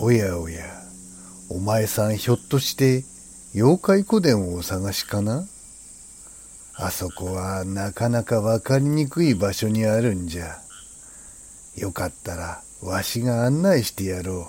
おやおや、お前さんひょっとして妖怪古殿をお探しかな？あそこはなかなかわかりにくい場所にあるんじゃ。よかったらわしが案内してやろ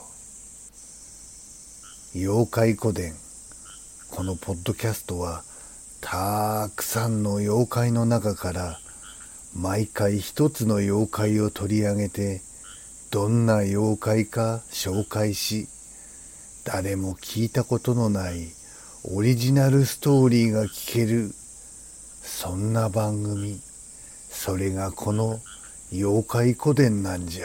う。妖怪古殿。このポッドキャストはたくさんの妖怪の中から毎回一つの妖怪を取り上げて、どんな妖怪か紹介し、誰も聞いたことのないオリジナルストーリーが聞ける、そんな番組。それがこの妖怪古典なんじゃ。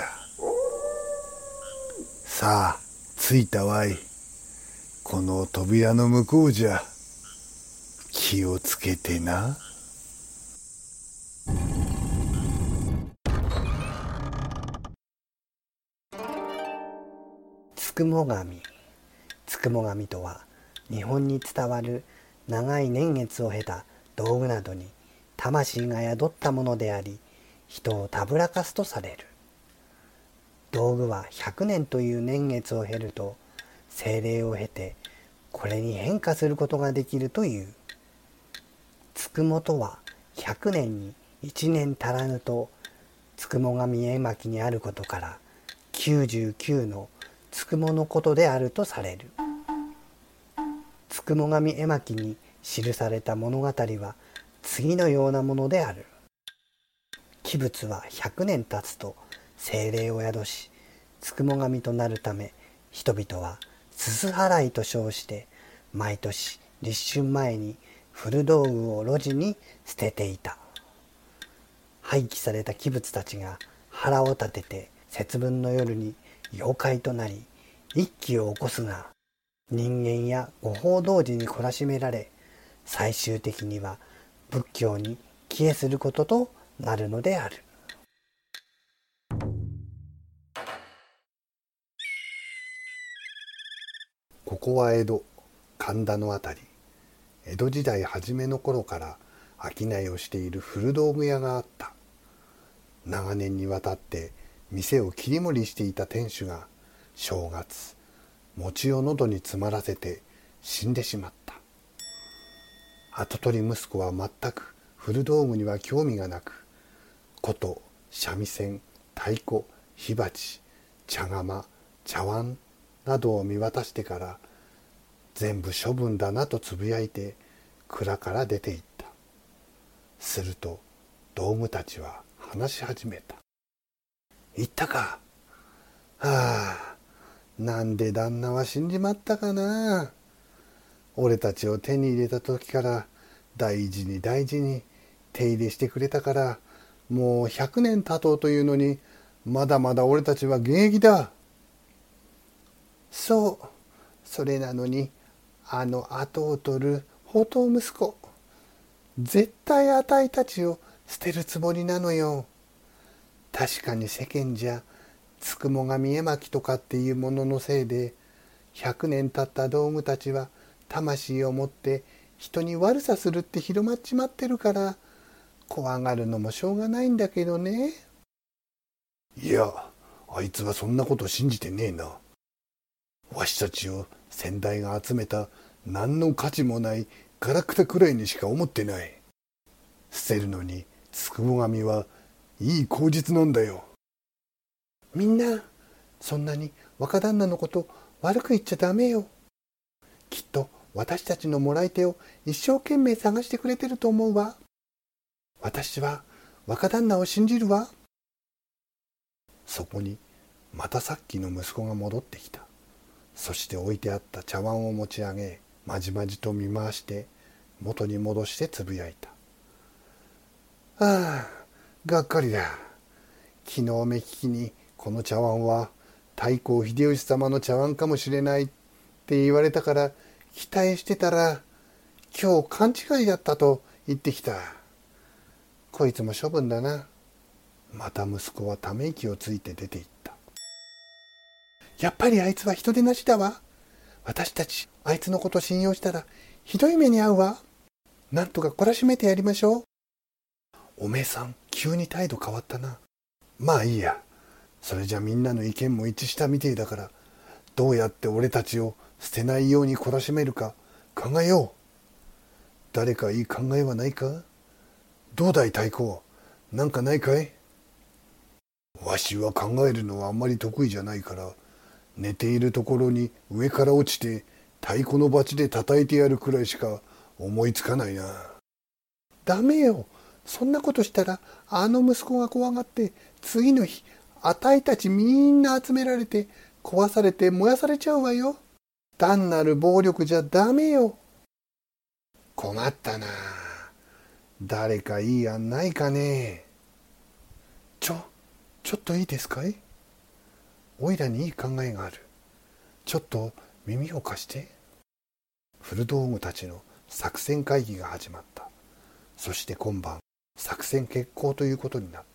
さあ着いたわい。この扉の向こうじゃ。気をつけてな。 つくも神。つくも神とは、日本に伝わる長い年月を経た道具などに魂が宿ったものであり、人をたぶらかすとされる。道具は100年という年月を経ると、精霊を経てこれに変化することができるという。つくもとは100年に1年足らぬとつくも神絵巻にあることから、99のつくものことであるとされる。つくも神絵巻に記された物語は次のようなものである。器物は100年経つと精霊を宿し、つくも神となるため、人々はすす払いと称して毎年立春前に古道具を路地に捨てていた。廃棄された器物たちが腹を立てて節分の夜に妖怪となり、一揆を起こすが、人間や御法同時に懲らしめられ、最終的には仏教に帰依することとなるのである。 ここは江戸、神田のあたり。江戸時代初めの頃から商いをしている古道具屋があった。長年にわたって店を切り盛りしていた店主が正月、餅を喉に詰まらせて死んでしまった。跡取り息子は全く古道具には興味がなく、琴、三味線、太鼓、火鉢、茶釜、茶碗などを見渡してから、全部処分だなとつぶやいて蔵から出て行った。すると道具たちは話し始めた。言ったか。なんで旦那は死んじまったかな。俺たちを手に入れた時から大事に大事に手入れしてくれたから、もう100年経とうというのに、まだまだ俺たちは現役だ。そう、それなのに後を取る放蕩息子、絶対あたいたちを捨てるつもりなのよ。確かに世間じゃつくも神絵巻とかっていうもののせいで、100年経った道具たちは魂を持って人に悪さするって広まっちまってるから、怖がるのもしょうがないんだけどね。いや、あいつはそんなこと信じてねえな。わしたちを先代が集めた何の価値もないガラクタくらいにしか思ってない。捨てるのにつくも神はいい口実なんだよ。みんなそんなに若旦那のこと悪く言っちゃダメよ。きっと私たちのもらい手を一生懸命探してくれてると思うわ。私は若旦那を信じるわ。そこにまたさっきの息子が戻ってきた。そして置いてあった茶碗を持ち上げ、まじまじと見回して元に戻してつぶやいた。がっかりだ。昨日目利きにこの茶碗は太閤秀吉様の茶碗かもしれないって言われたから期待してたら、今日勘違いだったと言ってきた。こいつも処分だな。また息子はため息をついて出て行った。やっぱりあいつは人でなしだわ。私たちあいつのこと信用したらひどい目に遭うわ。なんとか懲らしめてやりましょう。おめえさん急に態度変わったな。まあいいや。それじゃみんなの意見も一致したみてえだから、 どうやって俺たちを捨てないように懲らしめるか考えよう。誰かいい考えはないか？どうだい太鼓、なんかないかい？わしは考えるのはあんまり得意じゃないから、寝ているところに上から落ちて太鼓のバチで叩いてやるくらいしか思いつかないな。ダメよ。そんなことしたらあの息子が怖がって次の日あたいたちみんな集められて壊されて燃やされちゃうわよ。単なる暴力じゃダメよ。困ったな。誰かいい案ないかね。ちょっといいですかい？おいらにいい考えがある。ちょっと耳を貸して。古道具たちの作戦会議が始まった。そして今晩作戦決行ということになった。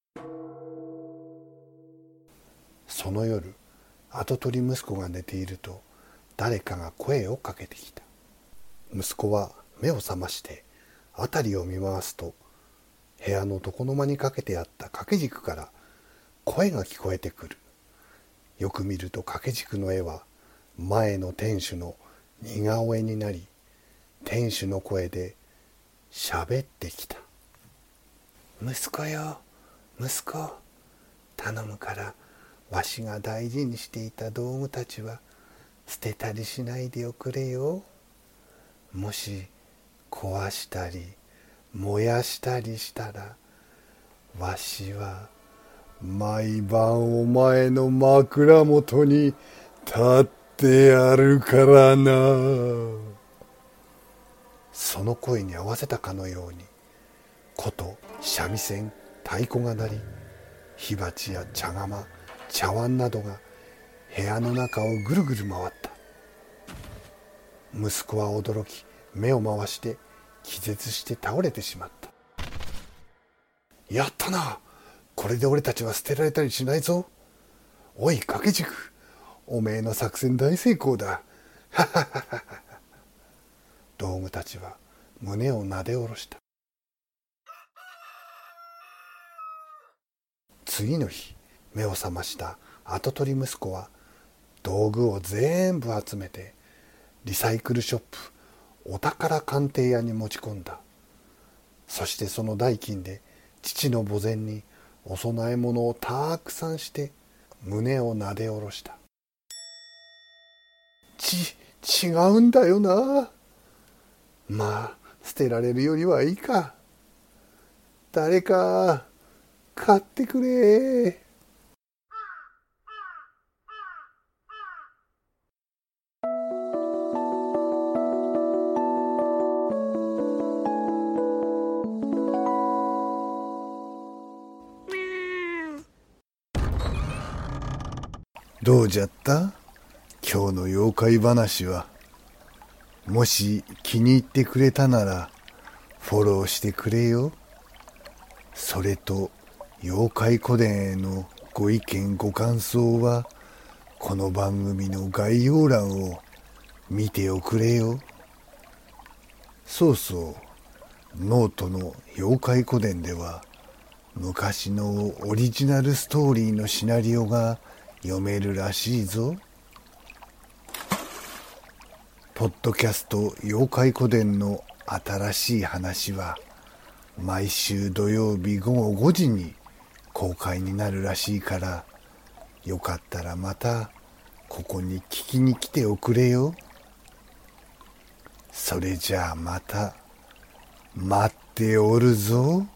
その夜、跡取り息子が寝ていると誰かが声をかけてきた。息子は目を覚まして辺りを見回すと、部屋の床の間にかけてあった掛け軸から声が聞こえてくる。よく見ると掛け軸の絵は前の店主の似顔絵になり、店主の声で喋ってきた。息子よ、息子、頼むからわしが大事にしていた道具たちは捨てたりしないでおくれよ。もし壊したり燃やしたりしたら、わしは毎晩お前の枕元に立ってやるからな。その声に合わせたかのように、琴、三味線、太鼓が鳴り、火鉢や茶釜、茶碗などが部屋の中をぐるぐる回った。息子は驚き、目を回して気絶して倒れてしまった。やったな。これで俺たちは捨てられたりしないぞ。おい掛け軸、おめえの作戦大成功だ。はははは。道具たちは胸をなで下ろした。次の日、目を覚ました跡取り息子は道具を全部集めてリサイクルショップ、お宝鑑定屋に持ち込んだ。そしてその代金で父の墓前にお供え物をたくさんして胸をなで下ろした。違うんだよな。まあ捨てられるよりはいいか。誰か買ってくれ。どうじゃった？今日の妖怪話は。もし気に入ってくれたならフォローしてくれよ。それと妖怪古典へのご意見ご感想はこの番組の概要欄を見ておくれよ。そうそう、ノートの妖怪古典では昔のオリジナルストーリーのシナリオが読めるらしいぞ。ポッドキャスト妖怪古典の新しい話は毎週土曜日午後5時に公開になるらしいから、よかったらまたここに聞きに来ておくれよ。それじゃあまた待っておるぞ。